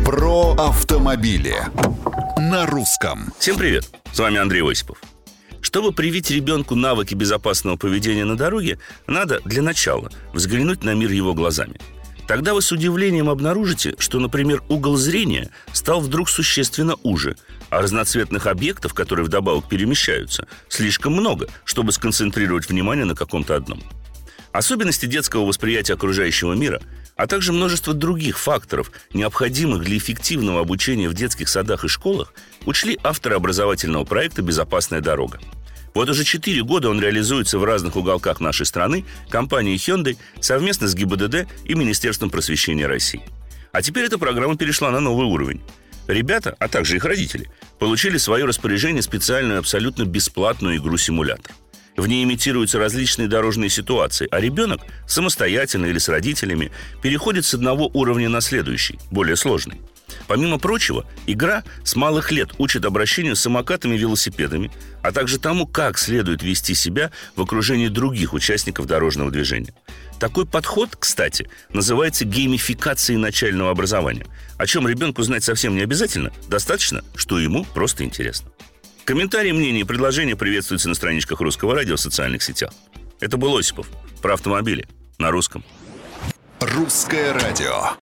Про автомобили на русском. Всем привет, с вами Андрей Осипов. Чтобы привить ребенку навыки безопасного поведения на дороге, надо для начала взглянуть на мир его глазами. Тогда вы с удивлением обнаружите, что, например, угол зрения стал вдруг существенно уже, а разноцветных объектов, которые вдобавок перемещаются, слишком много, чтобы сконцентрировать внимание на каком-то одном. Особенности детского восприятия окружающего мира, а также множество других факторов, необходимых для эффективного обучения в детских садах и школах, учли авторы образовательного проекта «Безопасная дорога». Вот уже 4 года он реализуется в разных уголках нашей страны компанией Hyundai совместно с ГИБДД и Министерством просвещения России. А теперь эта программа перешла на новый уровень. Ребята, а также их родители, получили в свое распоряжение специальную абсолютно бесплатную игру-симулятор. В ней имитируются различные дорожные ситуации, а ребенок самостоятельно или с родителями переходит с одного уровня на следующий, более сложный. Помимо прочего, игра с малых лет учит обращению с самокатами и велосипедами, а также тому, как следует вести себя в окружении других участников дорожного движения. Такой подход, кстати, называется геймификацией начального образования, о чем ребенку знать совсем не обязательно, достаточно, что ему просто интересно. Комментарии, мнения и предложения приветствуются на страничках Русского радио в социальных сетях. Это был Осипов про автомобили на русском. Русское радио.